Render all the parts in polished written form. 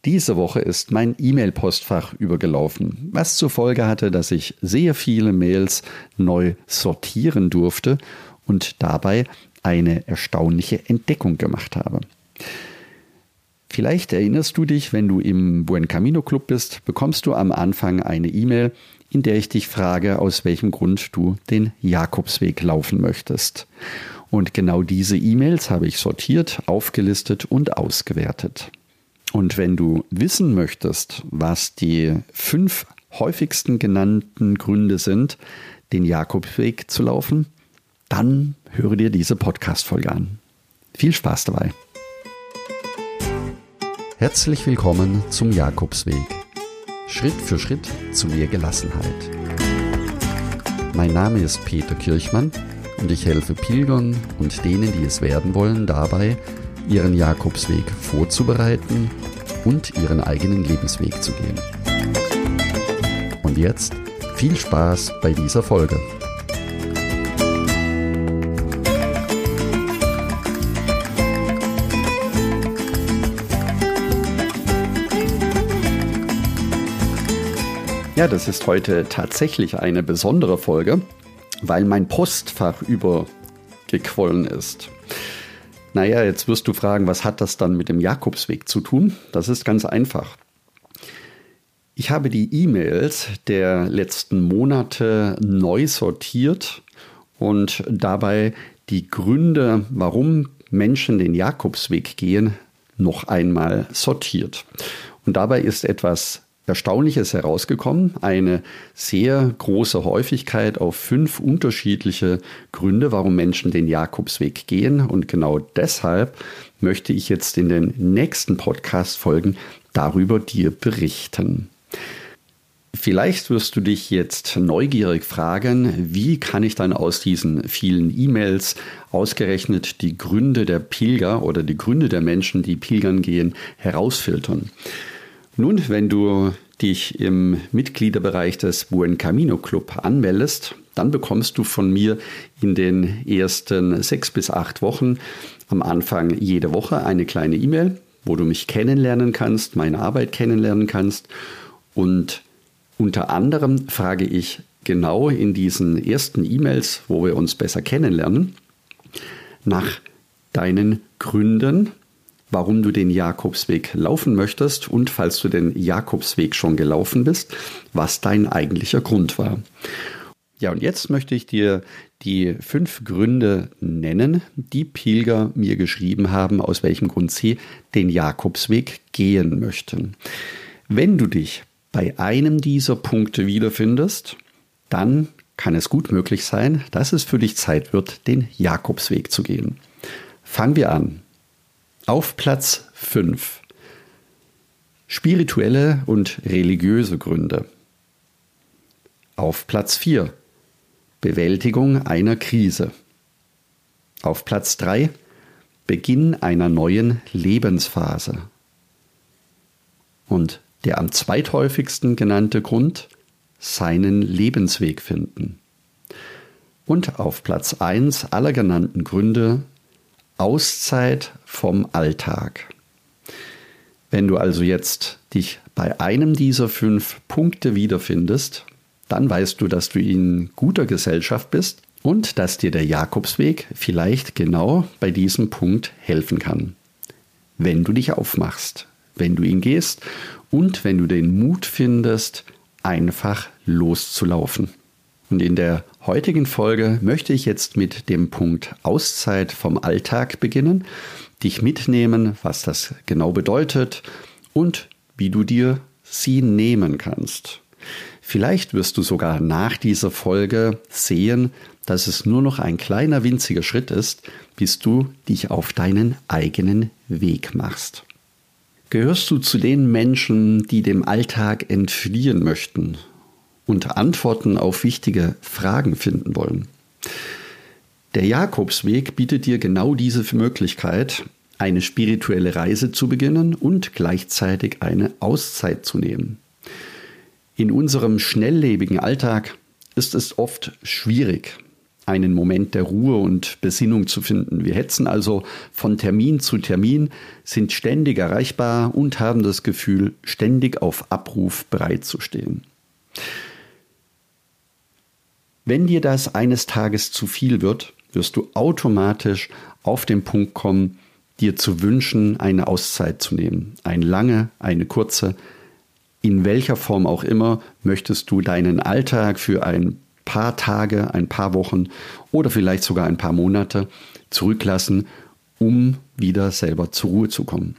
Diese Woche ist mein E-Mail-Postfach übergelaufen, was zur Folge hatte, dass ich sehr viele Mails neu sortieren durfte und dabei eine erstaunliche Entdeckung gemacht habe. Vielleicht erinnerst du dich, wenn du im Buen Camino Club bist, bekommst du am Anfang eine E-Mail, in der ich dich frage, aus welchem Grund du den Jakobsweg laufen möchtest. Und genau diese E-Mails habe ich sortiert, aufgelistet und ausgewertet. Und wenn du wissen möchtest, was die 5 häufigsten genannten Gründe sind, den Jakobsweg zu laufen, dann höre dir diese Podcast-Folge an. Viel Spaß dabei! Herzlich willkommen zum Jakobsweg. Schritt für Schritt zu mehr Gelassenheit. Mein Name ist Peter Kirchmann und ich helfe Pilgern und denen, die es werden wollen, dabei, ihren Jakobsweg vorzubereiten und ihren eigenen Lebensweg zu gehen. Und jetzt viel Spaß bei dieser Folge. Ja, das ist heute tatsächlich eine besondere Folge, weil mein Postfach übergequollen ist. Naja, jetzt wirst du fragen, was hat das dann mit dem Jakobsweg zu tun? Das ist ganz einfach. Ich habe die E-Mails der letzten Monate neu sortiert und dabei die Gründe, warum Menschen den Jakobsweg gehen, noch einmal sortiert. Und dabei ist etwas Erstaunliches herausgekommen, eine sehr große Häufigkeit auf 5 unterschiedliche Gründe, warum Menschen den Jakobsweg gehen. Und genau deshalb möchte ich jetzt in den nächsten Podcast-Folgen darüber dir berichten. Vielleicht wirst du dich jetzt neugierig fragen, wie kann ich dann aus diesen vielen E-Mails ausgerechnet die Gründe der Pilger oder die Gründe der Menschen, die pilgern gehen, herausfiltern. Nun, wenn du dich im Mitgliederbereich des Buen Camino Club anmeldest, dann bekommst du von mir in den ersten 6 bis 8 Wochen am Anfang jede Woche eine kleine E-Mail, wo du mich kennenlernen kannst, meine Arbeit kennenlernen kannst. Und unter anderem frage ich genau in diesen ersten E-Mails, wo wir uns besser kennenlernen, nach deinen Gründen, warum du den Jakobsweg laufen möchtest und falls du den Jakobsweg schon gelaufen bist, was dein eigentlicher Grund war. Ja, und jetzt möchte ich dir die 5 Gründe nennen, die Pilger mir geschrieben haben, aus welchem Grund sie den Jakobsweg gehen möchten. Wenn du dich bei einem dieser Punkte wiederfindest, dann kann es gut möglich sein, dass es für dich Zeit wird, den Jakobsweg zu gehen. Fangen wir an. Auf Platz 5. Spirituelle und religiöse Gründe. Auf Platz 4. Bewältigung einer Krise. Auf Platz 3. Beginn einer neuen Lebensphase. Und der am zweithäufigsten genannte Grund, seinen Lebensweg finden. Und auf Platz 1 aller genannten Gründe, Auszeit vom Alltag. Wenn du also jetzt dich bei einem dieser 5 Punkte wiederfindest, dann weißt du, dass du in guter Gesellschaft bist und dass dir der Jakobsweg vielleicht genau bei diesem Punkt helfen kann. Wenn du dich aufmachst, wenn du ihn gehst und wenn du den Mut findest, einfach loszulaufen. Und in der heutigen Folge möchte ich jetzt mit dem Punkt Auszeit vom Alltag beginnen, dich mitnehmen, was das genau bedeutet und wie du dir sie nehmen kannst. Vielleicht wirst du sogar nach dieser Folge sehen, dass es nur noch ein kleiner winziger Schritt ist, bis du dich auf deinen eigenen Weg machst. Gehörst du zu den Menschen, die dem Alltag entfliehen möchten und Antworten auf wichtige Fragen finden wollen? Der Jakobsweg bietet dir genau diese Möglichkeit, eine spirituelle Reise zu beginnen und gleichzeitig eine Auszeit zu nehmen. In unserem schnelllebigen Alltag ist es oft schwierig, einen Moment der Ruhe und Besinnung zu finden. Wir hetzen also von Termin zu Termin, sind ständig erreichbar und haben das Gefühl, ständig auf Abruf bereitzustehen. Wenn dir das eines Tages zu viel wird, wirst du automatisch auf den Punkt kommen, dir zu wünschen, eine Auszeit zu nehmen. Eine lange, eine kurze, in welcher Form auch immer, möchtest du deinen Alltag für ein paar Tage, ein paar Wochen oder vielleicht sogar ein paar Monate zurücklassen, um wieder selber zur Ruhe zu kommen.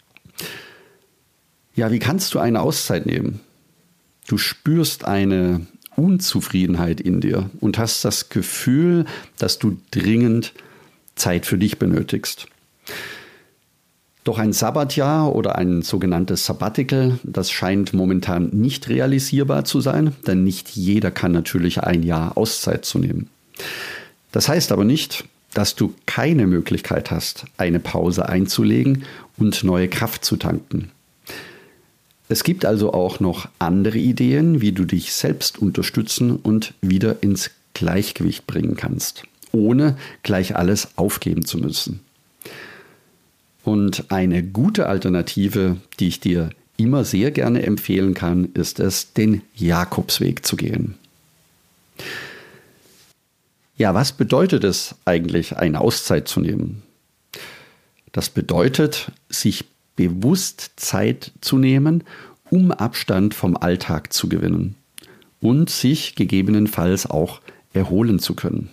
Ja, wie kannst du eine Auszeit nehmen? Du spürst eine Unzufriedenheit in dir und hast das Gefühl, dass du dringend Zeit für dich benötigst. Doch ein Sabbatjahr oder ein sogenanntes Sabbatical, das scheint momentan nicht realisierbar zu sein, denn nicht jeder kann natürlich ein Jahr Auszeit zu nehmen. Das heißt aber nicht, dass du keine Möglichkeit hast, eine Pause einzulegen und neue Kraft zu tanken. Es gibt also auch noch andere Ideen, wie du dich selbst unterstützen und wieder ins Gleichgewicht bringen kannst, ohne gleich alles aufgeben zu müssen. Und eine gute Alternative, die ich dir immer sehr gerne empfehlen kann, ist es, den Jakobsweg zu gehen. Ja, was bedeutet es eigentlich, eine Auszeit zu nehmen? Das bedeutet, sich bewusst Zeit zu nehmen, um Abstand vom Alltag zu gewinnen und sich gegebenenfalls auch erholen zu können.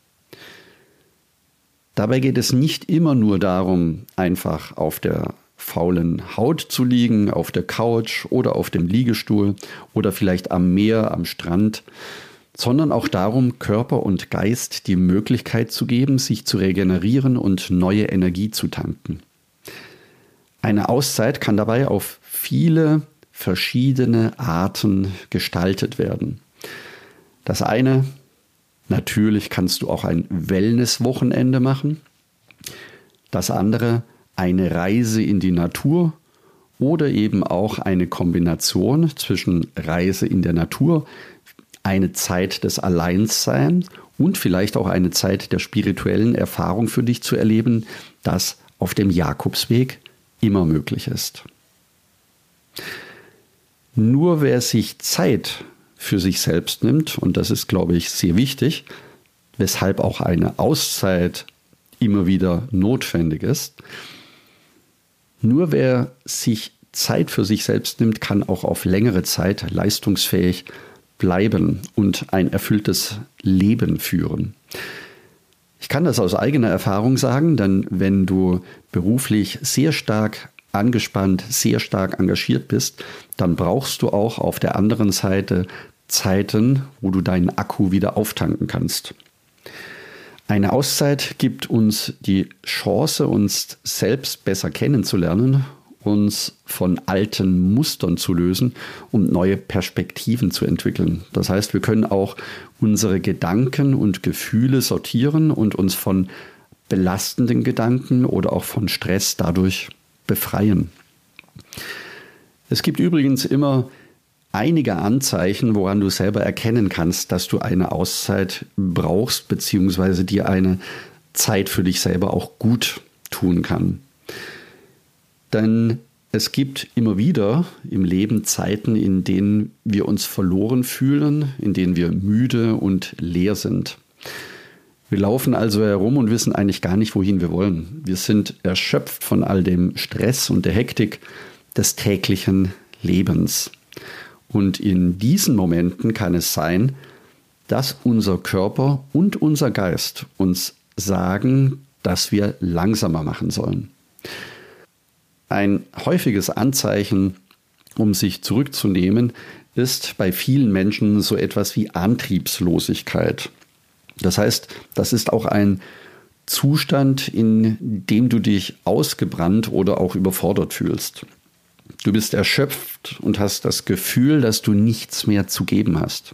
Dabei geht es nicht immer nur darum, einfach auf der faulen Haut zu liegen, auf der Couch oder auf dem Liegestuhl oder vielleicht am Meer, am Strand, sondern auch darum, Körper und Geist die Möglichkeit zu geben, sich zu regenerieren und neue Energie zu tanken. Eine Auszeit kann dabei auf viele verschiedene Arten gestaltet werden. Das eine: natürlich kannst du auch ein Wellness-Wochenende machen. Das andere: eine Reise in die Natur oder eben auch eine Kombination zwischen Reise in der Natur, eine Zeit des Alleinseins und vielleicht auch eine Zeit der spirituellen Erfahrung für dich zu erleben, das auf dem Jakobsweg immer möglich ist. Nur wer sich Zeit für sich selbst nimmt, und das ist, glaube ich, sehr wichtig, weshalb auch eine Auszeit immer wieder notwendig ist. Nur wer sich Zeit für sich selbst nimmt, kann auch auf längere Zeit leistungsfähig bleiben und ein erfülltes Leben führen. Ich kann das aus eigener Erfahrung sagen, denn wenn du beruflich sehr stark angespannt, sehr stark engagiert bist, dann brauchst du auch auf der anderen Seite Zeiten, wo du deinen Akku wieder auftanken kannst. Eine Auszeit gibt uns die Chance, uns selbst besser kennenzulernen, uns von alten Mustern zu lösen und neue Perspektiven zu entwickeln. Das heißt, wir können auch unsere Gedanken und Gefühle sortieren und uns von belastenden Gedanken oder auch von Stress dadurch befreien. Es gibt übrigens immer einige Anzeichen, woran du selber erkennen kannst, dass du eine Auszeit brauchst, beziehungsweise dir eine Zeit für dich selber auch gut tun kann. Denn es gibt immer wieder im Leben Zeiten, in denen wir uns verloren fühlen, in denen wir müde und leer sind. Wir laufen also herum und wissen eigentlich gar nicht, wohin wir wollen. Wir sind erschöpft von all dem Stress und der Hektik des täglichen Lebens. Und in diesen Momenten kann es sein, dass unser Körper und unser Geist uns sagen, dass wir langsamer machen sollen. Ein häufiges Anzeichen, um sich zurückzunehmen, ist bei vielen Menschen so etwas wie Antriebslosigkeit. Das heißt, das ist auch ein Zustand, in dem du dich ausgebrannt oder auch überfordert fühlst. Du bist erschöpft und hast das Gefühl, dass du nichts mehr zu geben hast.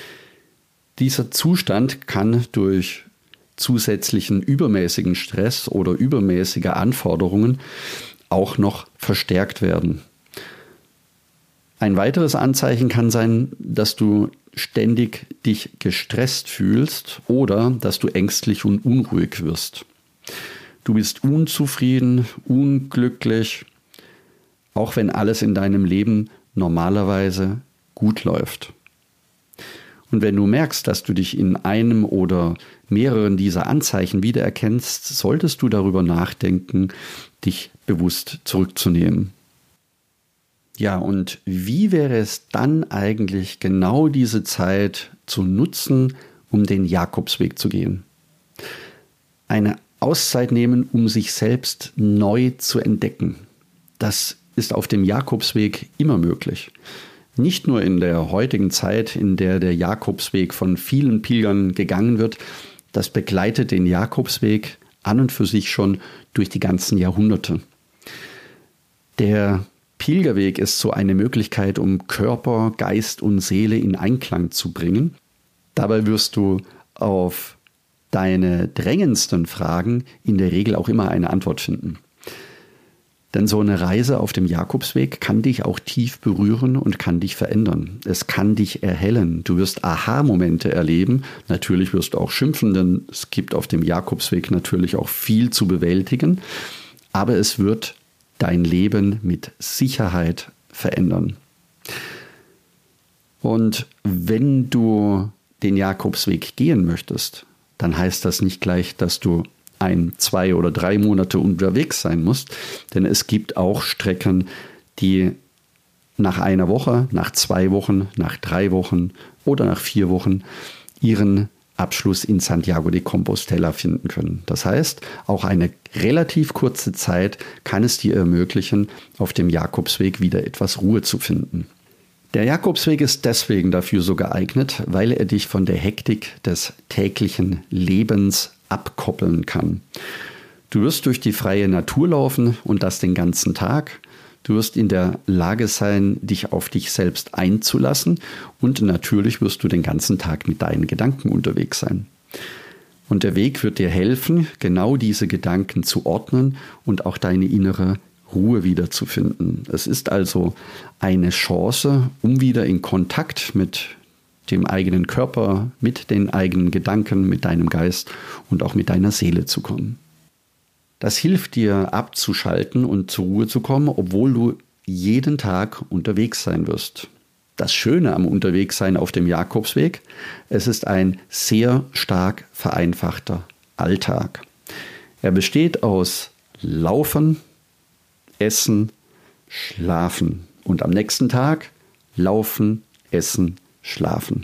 Dieser Zustand kann durch zusätzlichen übermäßigen Stress oder übermäßige Anforderungen auch noch verstärkt werden. Ein weiteres Anzeichen kann sein, dass du ständig dich gestresst fühlst oder dass du ängstlich und unruhig wirst. Du bist unzufrieden, unglücklich, auch wenn alles in deinem Leben normalerweise gut läuft. Und wenn du merkst, dass du dich in einem oder mehreren dieser Anzeichen wiedererkennst, solltest du darüber nachdenken, dich bewusst zurückzunehmen. Ja, und wie wäre es dann eigentlich genau diese Zeit zu nutzen, um den Jakobsweg zu gehen? Eine Auszeit nehmen, um sich selbst neu zu entdecken. Das ist auf dem Jakobsweg immer möglich. Nicht nur in der heutigen Zeit, in der der Jakobsweg von vielen Pilgern gegangen wird, das begleitet den Jakobsweg an und für sich schon durch die ganzen Jahrhunderte. Der Pilgerweg ist so eine Möglichkeit, um Körper, Geist und Seele in Einklang zu bringen. Dabei wirst du auf deine drängendsten Fragen in der Regel auch immer eine Antwort finden. Denn so eine Reise auf dem Jakobsweg kann dich auch tief berühren und kann dich verändern. Es kann dich erhellen. Du wirst Aha-Momente erleben. Natürlich wirst du auch schimpfen, denn es gibt auf dem Jakobsweg natürlich auch viel zu bewältigen. Aber es wird dein Leben mit Sicherheit verändern. Und wenn du den Jakobsweg gehen möchtest, dann heißt das nicht gleich, dass du 1, 2 oder 3 Monate unterwegs sein musst, denn es gibt auch Strecken, die nach 1 Woche, nach 2 Wochen, nach 3 Wochen oder nach 4 Wochen ihren Abschluss in Santiago de Compostela finden können. Das heißt, auch eine relativ kurze Zeit kann es dir ermöglichen, auf dem Jakobsweg wieder etwas Ruhe zu finden. Der Jakobsweg ist deswegen dafür so geeignet, weil er dich von der Hektik des täglichen Lebens abkoppeln kann. Du wirst durch die freie Natur laufen und das den ganzen Tag. Du wirst in der Lage sein, dich auf dich selbst einzulassen und natürlich wirst du den ganzen Tag mit deinen Gedanken unterwegs sein. Und der Weg wird dir helfen, genau diese Gedanken zu ordnen und auch deine innere Ruhe wiederzufinden. Es ist also eine Chance, um wieder in Kontakt mit dem eigenen Körper, mit den eigenen Gedanken, mit deinem Geist und auch mit deiner Seele zu kommen. Das hilft dir abzuschalten und zur Ruhe zu kommen, obwohl du jeden Tag unterwegs sein wirst. Das Schöne am Unterwegssein auf dem Jakobsweg, es ist ein sehr stark vereinfachter Alltag. Er besteht aus Laufen, Essen, Schlafen und am nächsten Tag Laufen, Essen, Schlafen.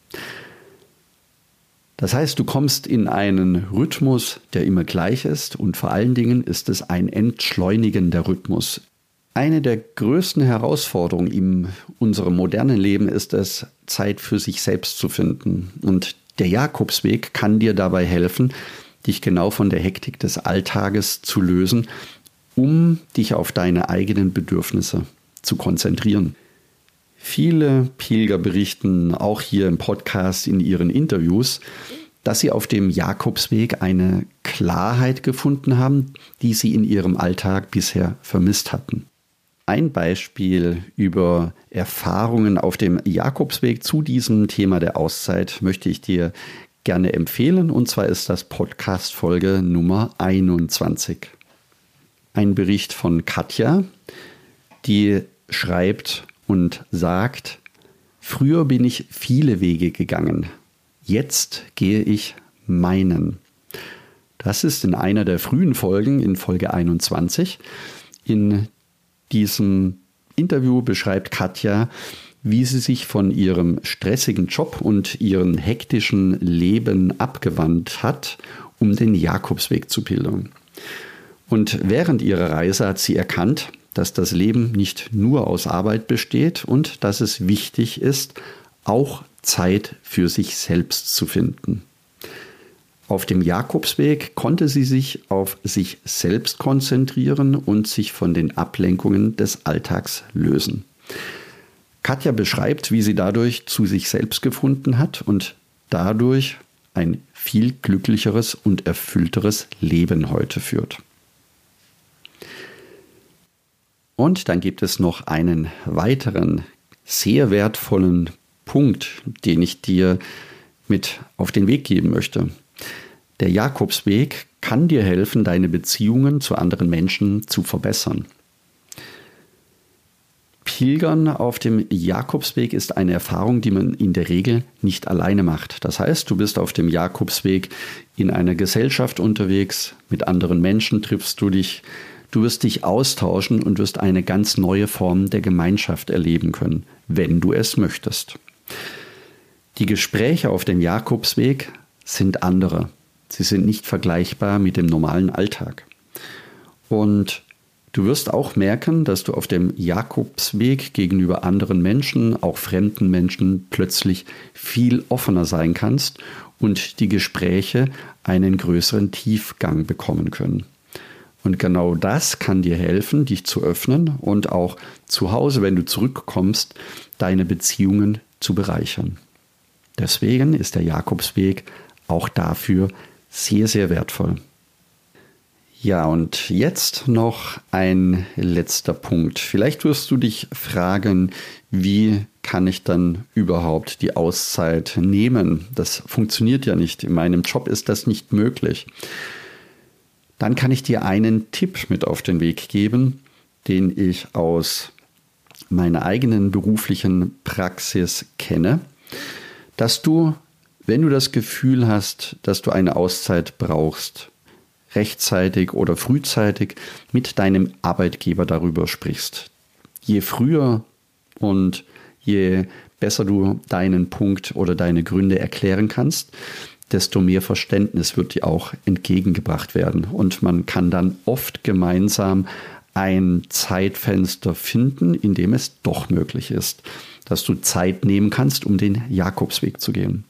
Das heißt, du kommst in einen Rhythmus, der immer gleich ist und vor allen Dingen ist es ein entschleunigender Rhythmus. Eine der größten Herausforderungen in unserem modernen Leben ist es, Zeit für sich selbst zu finden. Und der Jakobsweg kann dir dabei helfen, dich genau von der Hektik des Alltages zu lösen, um dich auf deine eigenen Bedürfnisse zu konzentrieren. Viele Pilger berichten auch hier im Podcast in ihren Interviews, dass sie auf dem Jakobsweg eine Klarheit gefunden haben, die sie in ihrem Alltag bisher vermisst hatten. Ein Beispiel über Erfahrungen auf dem Jakobsweg zu diesem Thema der Auszeit möchte ich dir gerne empfehlen, und zwar ist das Podcast-Folge Nummer 21. Ein Bericht von Katja, die schreibt und sagt: Früher bin ich viele Wege gegangen, jetzt gehe ich meinen. Das ist in einer der frühen Folgen, in Folge 21. In diesem Interview beschreibt Katja, wie sie sich von ihrem stressigen Job und ihrem hektischen Leben abgewandt hat, um den Jakobsweg zu pilgern. Und während ihrer Reise hat sie erkannt, dass das Leben nicht nur aus Arbeit besteht und dass es wichtig ist, auch Zeit für sich selbst zu finden. Auf dem Jakobsweg konnte sie sich auf sich selbst konzentrieren und sich von den Ablenkungen des Alltags lösen. Katja beschreibt, wie sie dadurch zu sich selbst gefunden hat und dadurch ein viel glücklicheres und erfüllteres Leben heute führt. Und dann gibt es noch einen weiteren sehr wertvollen Punkt, den ich dir mit auf den Weg geben möchte. Der Jakobsweg kann dir helfen, deine Beziehungen zu anderen Menschen zu verbessern. Pilgern auf dem Jakobsweg ist eine Erfahrung, die man in der Regel nicht alleine macht. Das heißt, du bist auf dem Jakobsweg in einer Gesellschaft unterwegs, mit anderen Menschen triffst du dich, du wirst dich austauschen und wirst eine ganz neue Form der Gemeinschaft erleben können, wenn du es möchtest. Die Gespräche auf dem Jakobsweg sind andere. Sie sind nicht vergleichbar mit dem normalen Alltag. Und du wirst auch merken, dass du auf dem Jakobsweg gegenüber anderen Menschen, auch fremden Menschen, plötzlich viel offener sein kannst und die Gespräche einen größeren Tiefgang bekommen können. Und genau das kann dir helfen, dich zu öffnen und auch zu Hause, wenn du zurückkommst, deine Beziehungen zu bereichern. Deswegen ist der Jakobsweg auch dafür sehr, sehr wertvoll. Ja, und jetzt noch ein letzter Punkt. Vielleicht wirst du dich fragen, wie kann ich dann überhaupt die Auszeit nehmen? Das funktioniert ja nicht. In meinem Job ist das nicht möglich. Dann kann ich dir einen Tipp mit auf den Weg geben, den ich aus meiner eigenen beruflichen Praxis kenne, dass du, wenn du das Gefühl hast, dass du eine Auszeit brauchst, rechtzeitig oder frühzeitig mit deinem Arbeitgeber darüber sprichst. Je früher und je besser du deinen Punkt oder deine Gründe erklären kannst, desto mehr Verständnis wird dir auch entgegengebracht werden. Und man kann dann oft gemeinsam ein Zeitfenster finden, in dem es doch möglich ist, dass du Zeit nehmen kannst, um den Jakobsweg zu gehen.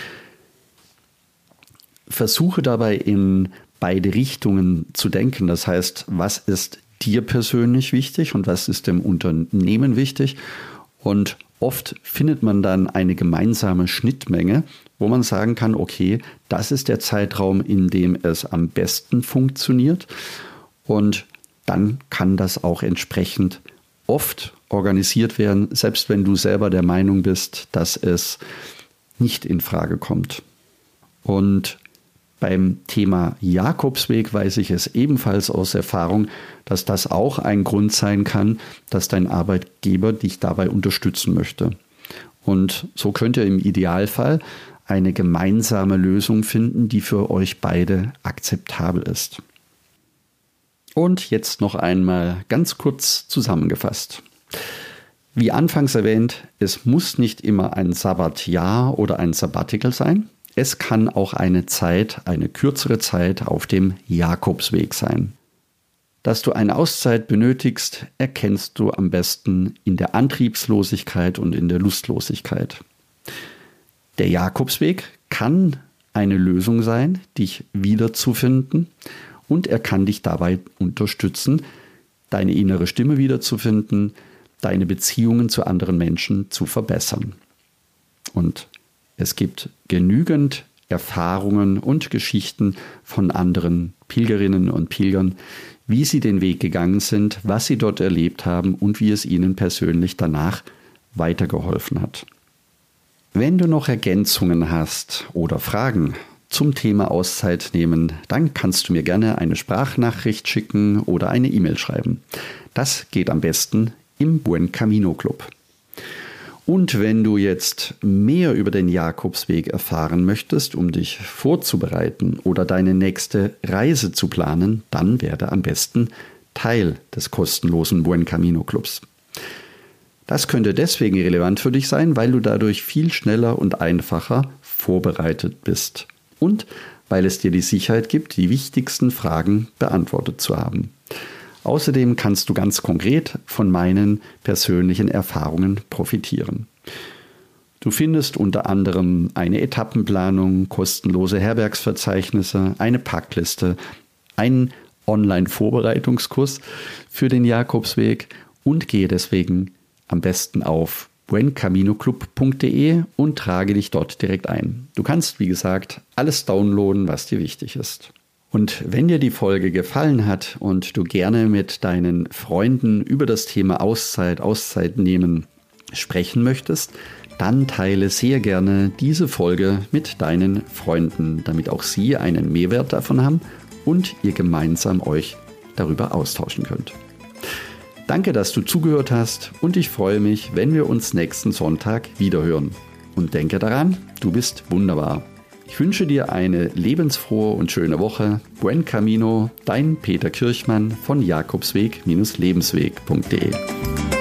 Versuche dabei in beide Richtungen zu denken. Das heißt, was ist dir persönlich wichtig und was ist dem Unternehmen wichtig? Und oft findet man dann eine gemeinsame Schnittmenge, wo man sagen kann, okay, das ist der Zeitraum, in dem es am besten funktioniert. Und dann kann das auch entsprechend oft organisiert werden, selbst wenn du selber der Meinung bist, dass es nicht in Frage kommt. Und beim Thema Jakobsweg weiß ich es ebenfalls aus Erfahrung, dass das auch ein Grund sein kann, dass dein Arbeitgeber dich dabei unterstützen möchte. Und so könnt ihr im Idealfall eine gemeinsame Lösung finden, die für euch beide akzeptabel ist. Und jetzt noch einmal ganz kurz zusammengefasst. Wie anfangs erwähnt, es muss nicht immer ein Sabbatjahr oder ein Sabbatical sein. Es kann auch eine kürzere Zeit auf dem Jakobsweg sein. Dass du eine Auszeit benötigst, erkennst du am besten in der Antriebslosigkeit und in der Lustlosigkeit. Der Jakobsweg kann eine Lösung sein, dich wiederzufinden, und er kann dich dabei unterstützen, deine innere Stimme wiederzufinden, deine Beziehungen zu anderen Menschen zu verbessern. Und es gibt genügend Erfahrungen und Geschichten von anderen Pilgerinnen und Pilgern, wie sie den Weg gegangen sind, was sie dort erlebt haben und wie es ihnen persönlich danach weitergeholfen hat. Wenn du noch Ergänzungen hast oder Fragen zum Thema Auszeit nehmen, dann kannst du mir gerne eine Sprachnachricht schicken oder eine E-Mail schreiben. Das geht am besten im Buen Camino Club. Und wenn du jetzt mehr über den Jakobsweg erfahren möchtest, um dich vorzubereiten oder deine nächste Reise zu planen, dann werde am besten Teil des kostenlosen Buen Camino Clubs. Das könnte deswegen relevant für dich sein, weil du dadurch viel schneller und einfacher vorbereitet bist und weil es dir die Sicherheit gibt, die wichtigsten Fragen beantwortet zu haben. Außerdem kannst du ganz konkret von meinen persönlichen Erfahrungen profitieren. Du findest unter anderem eine Etappenplanung, kostenlose Herbergsverzeichnisse, eine Packliste, einen Online-Vorbereitungskurs für den Jakobsweg und gehe deswegen am besten auf buencaminoclub.de und trage dich dort direkt ein. Du kannst, wie gesagt, alles downloaden, was dir wichtig ist. Und wenn dir die Folge gefallen hat und du gerne mit deinen Freunden über das Thema Auszeit nehmen sprechen möchtest, dann teile sehr gerne diese Folge mit deinen Freunden, damit auch sie einen Mehrwert davon haben und ihr gemeinsam euch darüber austauschen könnt. Danke, dass du zugehört hast und ich freue mich, wenn wir uns nächsten Sonntag wiederhören. Und denke daran, du bist wunderbar. Ich wünsche dir eine lebensfrohe und schöne Woche. Buen Camino, dein Peter Kirchmann von Jakobsweg-lebensweg.de.